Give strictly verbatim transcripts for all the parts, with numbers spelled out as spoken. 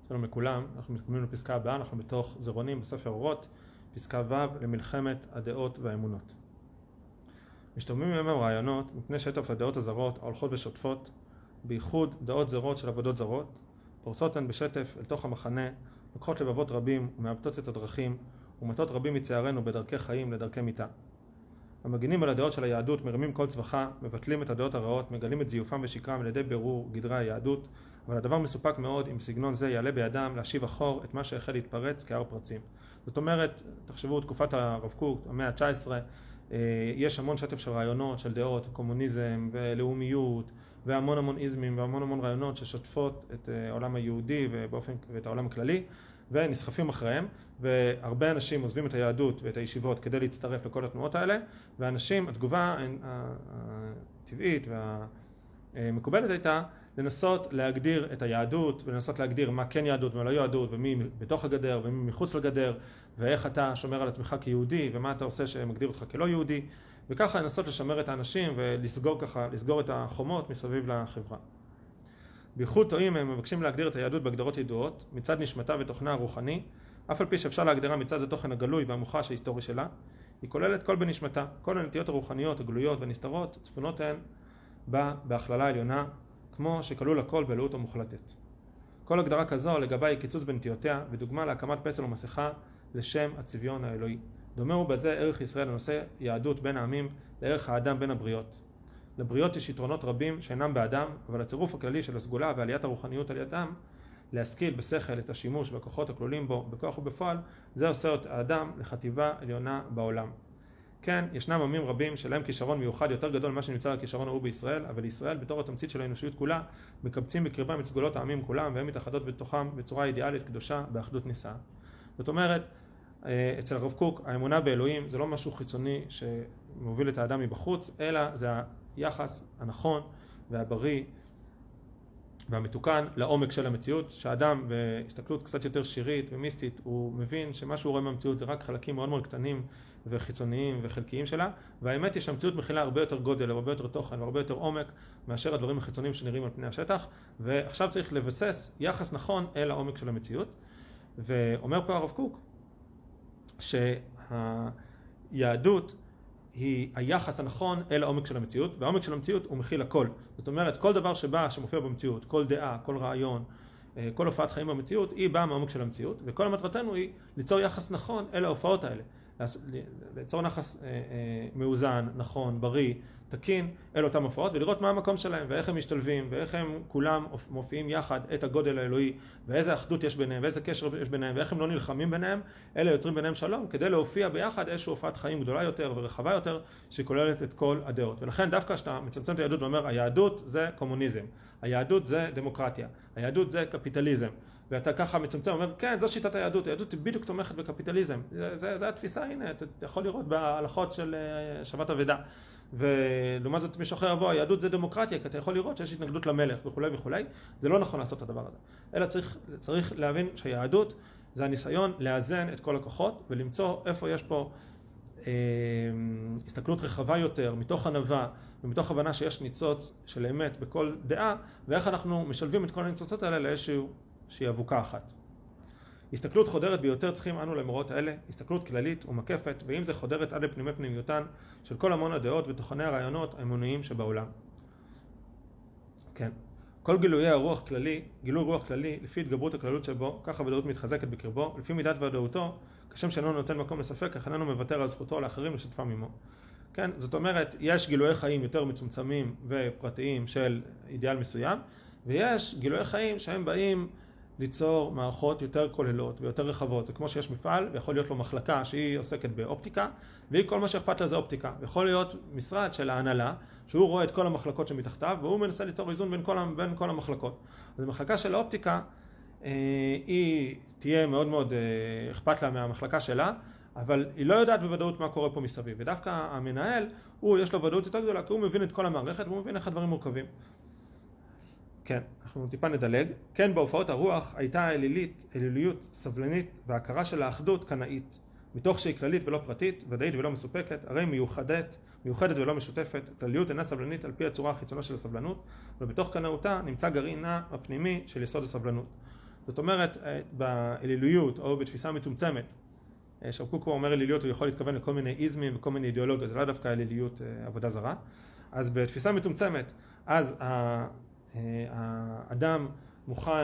שלום לכולם, אנחנו מתקדמים לפסקה הבאה, אנחנו בתוך זרעונים בספר אורות, פסקה ו' למלחמת הדעות והאמונות. משתוממים ממנו רעיונות מפני שטף הדעות הזרות ההולכות ושוטפות, בייחוד דעות זרות של עבודות זרות, פורסות הן בשטף אל תוך המחנה, לוקחות לבבות רבים ומעוותות את הדרכים, ומטות רבים מצערנו בדרכי חיים לדרכי מיתה. המגינים על הדעות של היהדות מרימים כל צווחה, מבטלים את הדעות הרעות, מגלים את זיופם ושקרם על ידי בירור גדרי היהדות, אבל הדבר מסופק מאוד אם בסגנון זה יעלה בידם להשיב אחור את מה שהחל להתפרץ כהר פרצים. זאת אומרת, תחשבו, תקופת הרב קוק, המאה ה-תשע עשרה, יש המון שטף של רעיונות, של דעות, קומוניזם ולאומיות, והמון המון איזמים והמון המון רעיונות ששוטפות את העולם היהודי ובאופן, ואת העולם הכללי, ונסחפים אחריהם, והרבה אנשים עוזבים את היהדות ואת הישיבות כדי להצטרף לכל התנועות האלה, ואנשים, התגובה הטבעית והמקובלת הייתה לנסות להגדיר את היהדות, ולנסות להגדיר מה כן יהדות ומה לא יהדות, ומי בתוך הגדר ומי מחוץ לגדר, ואיך אתה שומר על עצמך כיהודי, ומה אתה עושה שמגדיר אותך כלא יהודי, וככה לנסות לשמר את האנשים ולסגור ככה, לסגור את החומות מסביב לחברה. בייחוד טועים הם מבקשים להגדיר את היהדות בהגדרות ידועות, מצד נשמתה ותוכנה הרוחני, אף על פי שאפשר להגדירה מצד התוכן הגלוי והמוחש ההיסטורי שלה, היא כוללת כל בנשמתה, כל הנטיות הרוחניות, הגלויות והנסתרות, צפונות הן בה בהכללה עליונה, כמו שכלול הכל באלוהות המוחלטת. כל הגדרה כזו לגבי היא קיצוץ בנטיותיה, ודוגמה להקמת פסל ומסכה לשם הצביון האלוהי. דומה הוא בזה ערך ישראל לנושא יהדות בין העמים לערך האדם בין הבריות. לבריות יש יתרונות רבים שאינם באדם, אבל הצירוף הכללי של הסגולה ועליית הרוחניות על ידם, להשכיל בשכל את השימוש והכוחות הכלולים בו, בכוח ובפועל, זה עושה את האדם לחטיבה עליונה בעולם. כן, ישנם עמים רבים שלהם כישרון מיוחד יותר גדול ממה שנמצא הכישרון ההוא בישראל, אבל ישראל בתור התמצית של האנושיות כולה, מקבצים בקרבם את סגולות העמים כולם, והם מתאחדות בתוכם בצורה אידיאלית קדושה באחדות נישאה. זאת אומרת, אצל הרב קוק, האמונה באלוהים זה לא משהו חיצוני שמוביל את האדם מבחוץ, אלא זה היחס הנכון והבריא והמתוקן לעומק של המציאות, שהאדם בהסתכלות קצת יותר שירית ומיסטית, הוא מבין שמה שהוא רואה מהמציאות זה רק חלקים מאוד מאוד קטנים וחיצוניים וחלקיים שלה, והאמת היא שהמציאות מכילה הרבה יותר גודל, הרבה יותר תוכן והרבה יותר עומק מאשר הדברים החיצוניים שנראים על פני השטח, ועכשיו צריך לבסס יחס נכון אל העומק של המציאות. ואומר פה הרב קוק שהיהדות היא היחס הנכון אל העומק של המציאות, והעומק של המציאות הוא מכיל הכל. זאת אומרת, כל דבר שבא, שמופיע במציאות, כל דעה, כל רעיון, כל הופעת חיים במציאות, היא באה מהעומק של המציאות, וכל המטרתנו היא ליצור יחס נכון אל ההופעות האלה. ליצור יחס מאוזן, נכון, בריא, תקין, אל אותם הופעות, ולראות מה המקום שלהם, ואיך הם משתלבים, ואיך הם כולם מופיעים יחד את הגודל האלוהי, ואיזה אחדות יש ביניהם, ואיזה קשר יש ביניהם, ואיך הם לא נלחמים ביניהם, אלה יוצרים ביניהם שלום, כדי להופיע ביחד איזושהי הופעת חיים גדולה יותר ורחבה יותר, שכוללת את כל הדעות. ולכן דווקא כשאתה מצמצם את היהדות ואומר, היהדות זה קומוניזם, היהדות זה דמוקרטיה, היהדות זה קפיטליזם, ואתה ככה מצמצם, אומר, כן, זו שיטת היהדות, היהדות בדיוק תומכת בקפיטליזם. זה, זה, זה התפיסה, הנה, אתה יכול לראות בהלכות של שבת אבדה. ולעומת זאת, מישהו אחר יבוא, היהדות זה דמוקרטיה, כי אתה יכול לראות שיש התנגדות למלך וכו' וכו'. זה לא נכון לעשות את הדבר הזה. אלא צריך, צריך להבין שהיהדות זה הניסיון לאזן את כל הכוחות, ולמצוא איפה יש פה אה, הסתכלות רחבה יותר, מתוך ענווה, ומתוך הבנה שיש ניצוץ של אמת בכל דעה, ואיך אנחנו משלבים את כל הניצוצות האלה לאיזשהו שהיא אבוקה אחת. הסתכלות חודרת ביותר צריכים אנו למורות האלה, הסתכלות כללית ומקפת, ואם זה חודרת עד לפנימי פנימיותן של כל המון הדעות ותוכני הרעיונות האמוניים שבעולם. כן. כל גילויי הרוח כללי, גילוי רוח כללי, לפי התגברות הכללות שבו, כך הוודאות מתחזקת בקרבו, לפי מידת ודאותו, כשם שאינו נותן מקום לספק, אך איננו מוותר על זכותו לאחרים לשתפם עמו. כן, זאת אומרת, יש גילויי חיים יותר מצומצמים ופרטיים של אידיאל מסוים, ויש גילויי חיים שהם באים ליצור מערכות יותר כוללות ויותר רחבות. זה כמו שיש מפעל, ויכול להיות לו מחלקה שהיא עוסקת באופטיקה, והיא כל מה שאכפת לה זה אופטיקה. ויכול להיות משרד של ההנהלה, שהוא רואה את כל המחלקות שמתחתיו, והוא מנסה ליצור איזון בין כל, בין כל המחלקות. אז המחלקה של האופטיקה, אה, היא תהיה מאוד מאוד אה, אכפת לה מהמחלקה שלה, אבל היא לא יודעת בוודאות מה קורה פה מסביב. ודווקא המנהל, הוא יש לו ודאות יותר גדולה, כי הוא מבין את כל המערכת, והוא מבין איך הדברים מורכבים. כן, אנחנו טיפה נדלג. כן, בהופעות הרוח הייתה האלילית, אליליות סבלנית, וההכרה של האחדות קנאית, מתוך שהיא כללית ולא פרטית, ודאית ולא מסופקת, הרי מיוחדת, מיוחדת ולא משותפת. כלליות אינה סבלנית על פי הצורה החיצונה של הסבלנות, ובתוך קנאותה נמצא גרעינה הפנימי של יסוד הסבלנות. זאת אומרת, באליליות או בתפיסה מצומצמת, שהרב קוק אומר אליליות, הוא יכול להתכוון לכל מיני איזמים וכל מיני אידיאולוגיות, זה לא דווקא אליליות עבודה זרה. אז בתפיסה מצומצמת, אז האדם מוכן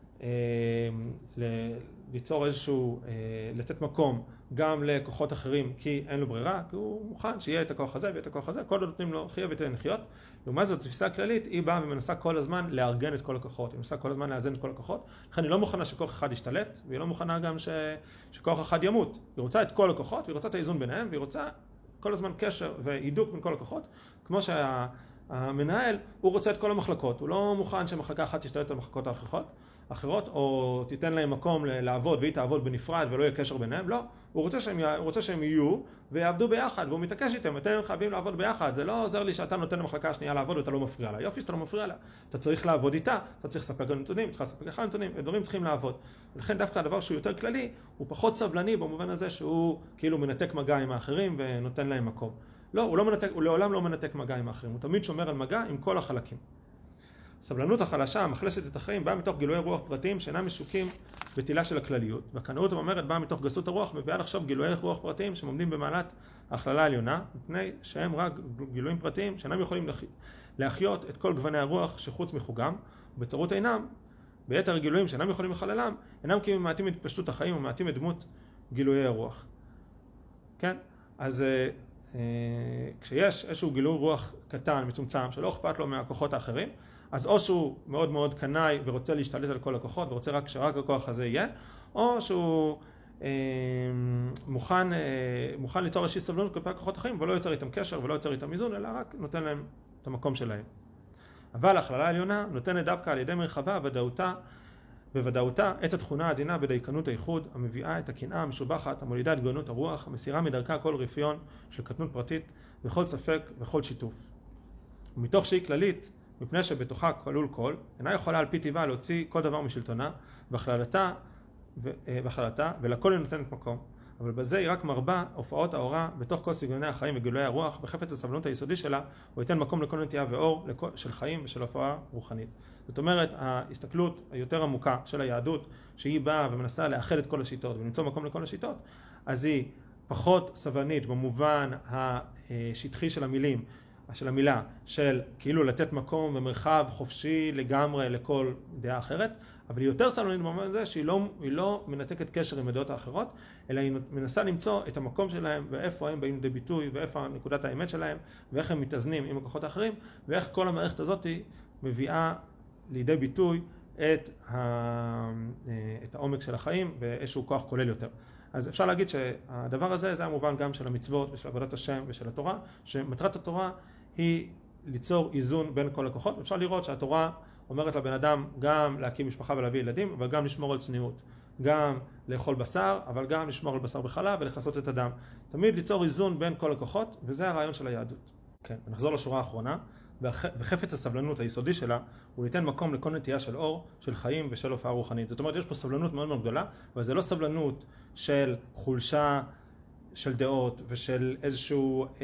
ליצור איזשהו, לתת מקום גם לכוחות אחרים, כי אין לו ברירה, כי הוא מוכן שיהיה את הכוח הזה ויהיה את הכוח הזה, כל עוד נותנים לו חיה ותן לחיות. לעומת זאת, תפיסה כללית, היא באה ומנסה כל הזמן לארגן את כל הכוחות, היא מנסה כל הזמן לאזן את כל הכוחות, לכן היא לא מוכנה שכוח אחד ישתלט, והיא לא מוכנה גם ש... שכוח אחד ימות. היא רוצה את כל הכוחות, והיא רוצה את האיזון ביניהם, והיא רוצה כל הזמן קשר והידוק בין כל הכוחות, כמו שהמנהל, הוא רוצה את כל המחלקות, הוא לא מוכן שמחלקה אחת תשתלט על המחלקות האחרות, אחרות, או תיתן להם מקום לעבוד והיא תעבוד בנפרד ולא יהיה קשר ביניהם, לא. הוא רוצה שהם, הוא רוצה שהם יהיו ויעבדו ביחד, והוא מתעקש איתם, אתם חייבים לעבוד ביחד. זה לא עוזר לי שאתה נותן למחלקה השנייה לעבוד ואתה לא מפריע לה. יופי שאתה לא מפריע לה. אתה צריך לעבוד איתה, אתה צריך לספק נתונים, צריך לספק לך נתונים, ודברים צריכים לעבוד. ולכן דווקא הדבר שהוא יותר כללי, הוא פחות סבלני במובן הזה שהוא כאילו מנתק מגע עם האחרים ונותן להם מקום. לא, הוא לא מנתק, הוא לעולם לא מנתק מגע עם האחרים, הוא תמיד שומר על מגע עם כל החלקים. סבלנות החלשה, המחלשת את החיים, באה מתוך גילויי רוח פרטיים שאינם משוקים בתילה של הכלליות. והקנאות אומרת, באה מתוך גסות הרוח, מביאה לחשוב גילויי רוח פרטיים שמעומדים במעלת ההכללה העליונה, מפני שהם רק גילויים פרטיים שאינם יכולים להחיות את כל גווני הרוח שחוץ מחוגם, ובצרות אינם, ביתר הגילויים שאינם יכולים לחללם, אינם כי מעטים את פשטות החיים ומעטים את דמות גילויי הרוח. כן? אז אה, כשיש איזשהו גילוי רוח קטן, מצומצם, שלא אכפת לו מהכוחות האחרים, אז או שהוא מאוד מאוד קנאי ורוצה להשתלט על כל הכוחות ורוצה רק שרק הכוח הזה יהיה, או שהוא אה, מוכן, אה, מוכן ליצור איזושהי סבלנות כלפי הכוחות אחרים ולא יוצר איתם קשר ולא יוצר איתם איזון, אלא רק נותן להם את המקום שלהם. אבל ההכללה העליונה נותנת דווקא על ידי מרחבה ודאותה, בוודאותה את התכונה העדינה בדייקנות הייחוד, המביאה את הקנאה המשובחת, המולידה את גאונות הרוח, המסירה מדרכה כל רפיון של קטנות פרטית וכל ספק וכל שיתוף. ומתוך שהיא כללית, מפני שבתוכה כלול כל, אינה יכולה על פי טבעה להוציא כל דבר משלטונה, והכללתה, והכללתה, ולכל היא נותנת מקום. אבל בזה היא רק מרבה הופעות האורה בתוך כל סגנוני החיים וגילויי הרוח, בחפץ הסבלנות היסודי שלה, הוא ייתן מקום לכל נטייה ואור של חיים ושל הופעה רוחנית. זאת אומרת, ההסתכלות היותר עמוקה של היהדות, שהיא באה ומנסה לאחד את כל השיטות ולמצוא מקום לכל השיטות, אז היא פחות סבלנית במובן השטחי של המילים, של המילה, של כאילו לתת מקום ומרחב חופשי לגמרי לכל דעה אחרת, אבל היא יותר סבלנית במובן הזה שהיא לא, היא לא מנתקת קשר עם הדעות האחרות, אלא היא מנסה למצוא את המקום שלהם ואיפה הם באים לידי ביטוי ואיפה נקודת האמת שלהם ואיך הם מתאזנים עם הכוחות האחרים ואיך כל המערכת הזאת מביאה לידי ביטוי את, ה, את העומק של החיים ואיזשהו כוח כולל יותר. אז אפשר להגיד שהדבר הזה זה המובן גם של המצוות ושל עבודת השם ושל התורה, שמטרת התורה היא ליצור איזון בין כל הכוחות. אפשר לראות שהתורה אומרת לבן אדם גם להקים משפחה ולהביא ילדים, אבל גם לשמור על צניעות. גם לאכול בשר, אבל גם לשמור על בשר בחלב ולכסות את הדם. תמיד ליצור איזון בין כל הכוחות, וזה הרעיון של היהדות. כן, ונחזור לשורה האחרונה. וחפץ הסבלנות היסודי שלה הוא ייתן מקום לכל נטייה של אור, של חיים ושל הופעה רוחנית. זאת אומרת, יש פה סבלנות מאוד מאוד גדולה, אבל זה לא סבלנות של חולשה של דעות ושל איזשהו אה,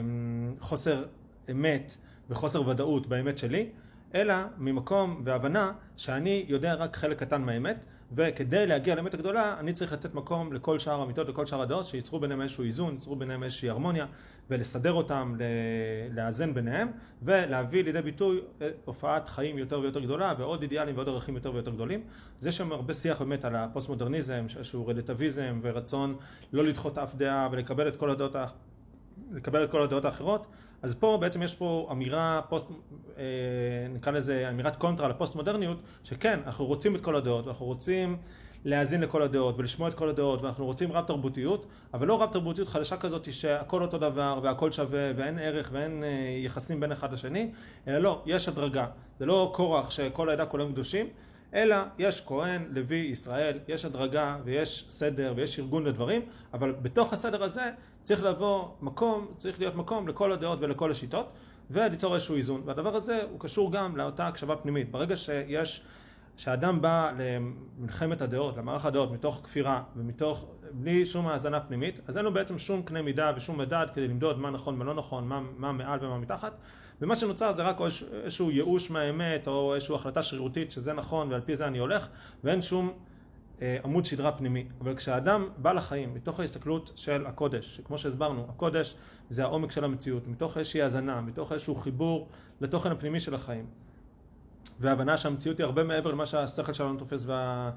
חוסר אמת וחוסר ודאות באמת שלי, אלא ממקום והבנה שאני יודע רק חלק קטן מהאמת, וכדי להגיע לאמת הגדולה אני צריך לתת מקום לכל שאר המיטות, לכל שאר הדעות, שיצרו ביניהם איזשהו איזון, יצרו ביניהם איזושהי הרמוניה, ולסדר אותם, לאזן ביניהם, ולהביא לידי ביטוי הופעת חיים יותר ויותר גדולה, ועוד אידיאלים ועוד ערכים יותר ויותר גדולים. אז יש שם הרבה שיח באמת על הפוסט-מודרניזם, שהוא רלטיביזם ורצון לא לדחות אף דעה ולקבל את כל הדעות, לקבל את כל הדעות האחרות. אז פה בעצם יש פה אמירה פוסט, אה, נקרא לזה אמירת קונטרה לפוסט-מודרניות, שכן, אנחנו רוצים את כל הדעות, אנחנו רוצים להאזין לכל הדעות ולשמוע את כל הדעות, ואנחנו רוצים רב תרבותיות, אבל לא רב תרבותיות חדשה כזאת שהכל אותו דבר והכל שווה ואין ערך ואין אה, יחסים בין אחד לשני, אלא לא, יש הדרגה. זה לא כורח שכל העדה כולם קדושים, אלא יש כהן, לוי, ישראל, יש הדרגה ויש סדר ויש ארגון לדברים, אבל בתוך הסדר הזה צריך לבוא מקום, צריך להיות מקום לכל הדעות ולכל השיטות, וליצור איזשהו איזון. והדבר הזה הוא קשור גם לאותה הקשבה פנימית. ברגע שיש, שהאדם בא למלחמת הדעות, למערך הדעות, מתוך כפירה ומתוך, בלי שום האזנה פנימית, אז אין לו בעצם שום קנה מידה ושום מדד כדי למדוד מה נכון ומה לא נכון, מה, מה מעל ומה מתחת, ומה שנוצר זה רק איזשהו ייאוש מהאמת, או איזושהי החלטה שרירותית שזה נכון ועל פי זה אני הולך, ואין שום אה, עמוד שדרה פנימי. אבל כשהאדם בא לחיים מתוך ההסתכלות של הקודש, שכמו שהסברנו, הקודש זה העומק של המציאות, מתוך איזושהי הזנה, מתוך איזשהו חיבור לתוכן הפנימי של החיים, וההבנה שהמציאות היא הרבה מעבר למה שהשכל שלנו תופס וה,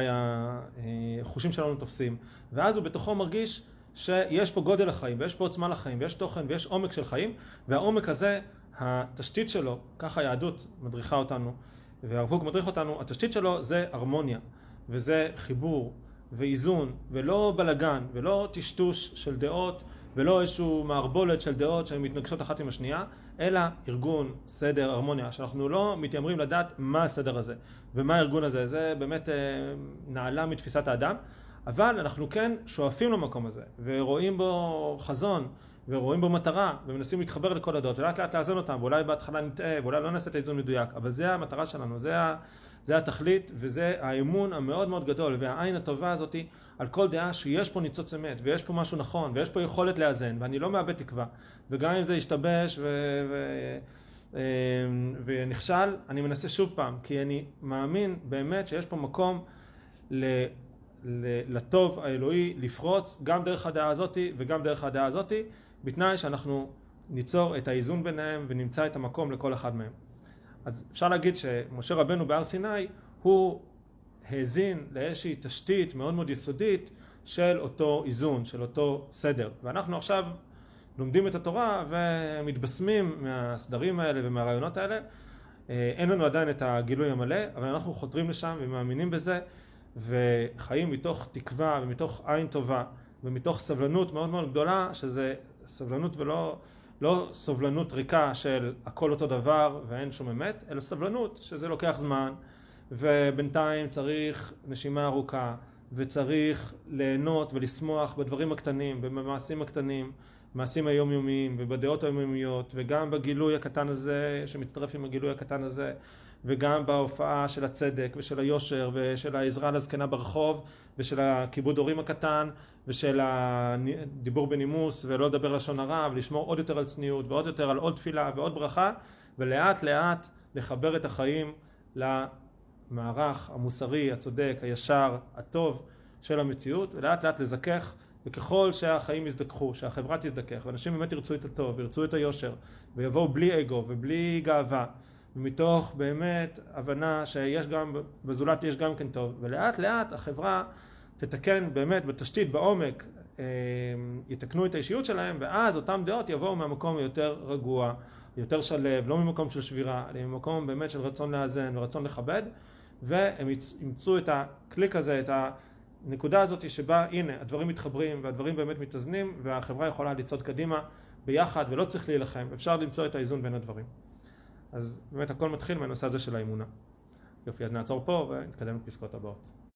והחושים שלנו תופסים, ואז הוא בתוכו מרגיש שיש פה גודל לחיים, ויש פה עוצמה לחיים, ויש תוכן, ויש עומק של חיים, והעומק הזה, התשתית שלו, ככה היהדות מדריכה אותנו, והרב קוק מדריך אותנו, התשתית שלו זה הרמוניה, וזה חיבור, ואיזון, ולא בלגן, ולא טשטוש של דעות, ולא איזשהו מערבולת של דעות שהן מתנגשות אחת עם השנייה, אלא ארגון, סדר, הרמוניה, שאנחנו לא מתיימרים לדעת מה הסדר הזה, ומה הארגון הזה, זה באמת אה, נעלה מתפיסת האדם, אבל אנחנו כן שואפים למקום הזה, ורואים בו חזון, ורואים בו מטרה, ומנסים להתחבר לכל הדעות, ולאט לאט לאזן אותם, ואולי בהתחלה נטעה, ואולי לא נעשה את האיזון מדויק, אבל זה המטרה שלנו, זה, ה, זה התכלית, וזה האמון המאוד מאוד גדול, והעין הטובה הזאת על כל דעה שיש פה ניצוץ אמת, ויש פה משהו נכון, ויש פה יכולת לאזן, ואני לא מאבד תקווה, וגם אם זה ישתבש ו... ו... ונכשל, אני מנסה שוב פעם, כי אני מאמין באמת שיש פה מקום ל... לטוב האלוהי לפרוץ גם דרך הדעה הזאת וגם דרך הדעה הזאת, בתנאי שאנחנו ניצור את האיזון ביניהם ונמצא את המקום לכל אחד מהם. אז אפשר להגיד שמשה רבנו בהר סיני הוא האזין לאיזושהי תשתית מאוד מאוד יסודית של אותו איזון, של אותו סדר, ואנחנו עכשיו לומדים את התורה ומתבשמים מהסדרים האלה ומהרעיונות האלה. אין לנו עדיין את הגילוי המלא, אבל אנחנו חותרים לשם ומאמינים בזה, וחיים מתוך תקווה ומתוך עין טובה ומתוך סבלנות מאוד מאוד גדולה, שזה סבלנות ולא לא סובלנות ריקה של הכל אותו דבר ואין שום אמת, אלא סבלנות שזה לוקח זמן, ובינתיים צריך נשימה ארוכה, וצריך ליהנות ולשמוח בדברים הקטנים, במעשים הקטנים, מעשים היומיומיים ובדעות היומיומיות, וגם בגילוי הקטן הזה שמצטרף עם הגילוי הקטן הזה, וגם בהופעה של הצדק ושל היושר ושל העזרה לזקנה ברחוב ושל הכיבוד הורים הקטן ושל הדיבור בנימוס ולא לדבר לשון הרע ולשמור עוד יותר על צניעות ועוד יותר על עוד תפילה ועוד ברכה, ולאט לאט לחבר את החיים למערך המוסרי, הצודק, הישר, הטוב של המציאות, ולאט לאט לזכך, וככל שהחיים יזדככו, שהחברה תזדכך ואנשים באמת ירצו את הטוב וירצו את היושר ויבואו בלי אגו ובלי גאווה ומתוך באמת הבנה שיש גם בזולת יש גם כן טוב, ולאט לאט החברה תתקן באמת בתשתית בעומק, יתקנו את האישיות שלהם, ואז אותם דעות יבואו מהמקום יותר רגוע, יותר שלב, לא ממקום של שבירה, אלא ממקום באמת של רצון לאזן ורצון לכבד, והם ימצאו את הקליק הזה, את הנקודה הזאת שבה הנה הדברים מתחברים והדברים באמת מתאזנים, והחברה יכולה לצעוד קדימה ביחד ולא צריך להילחם, אפשר למצוא את האיזון בין הדברים. אז באמת הכל מתחיל מהנושא הזה של האמונה. יופי, אז נעצור פה ונתקדם לפסקאות הבאות.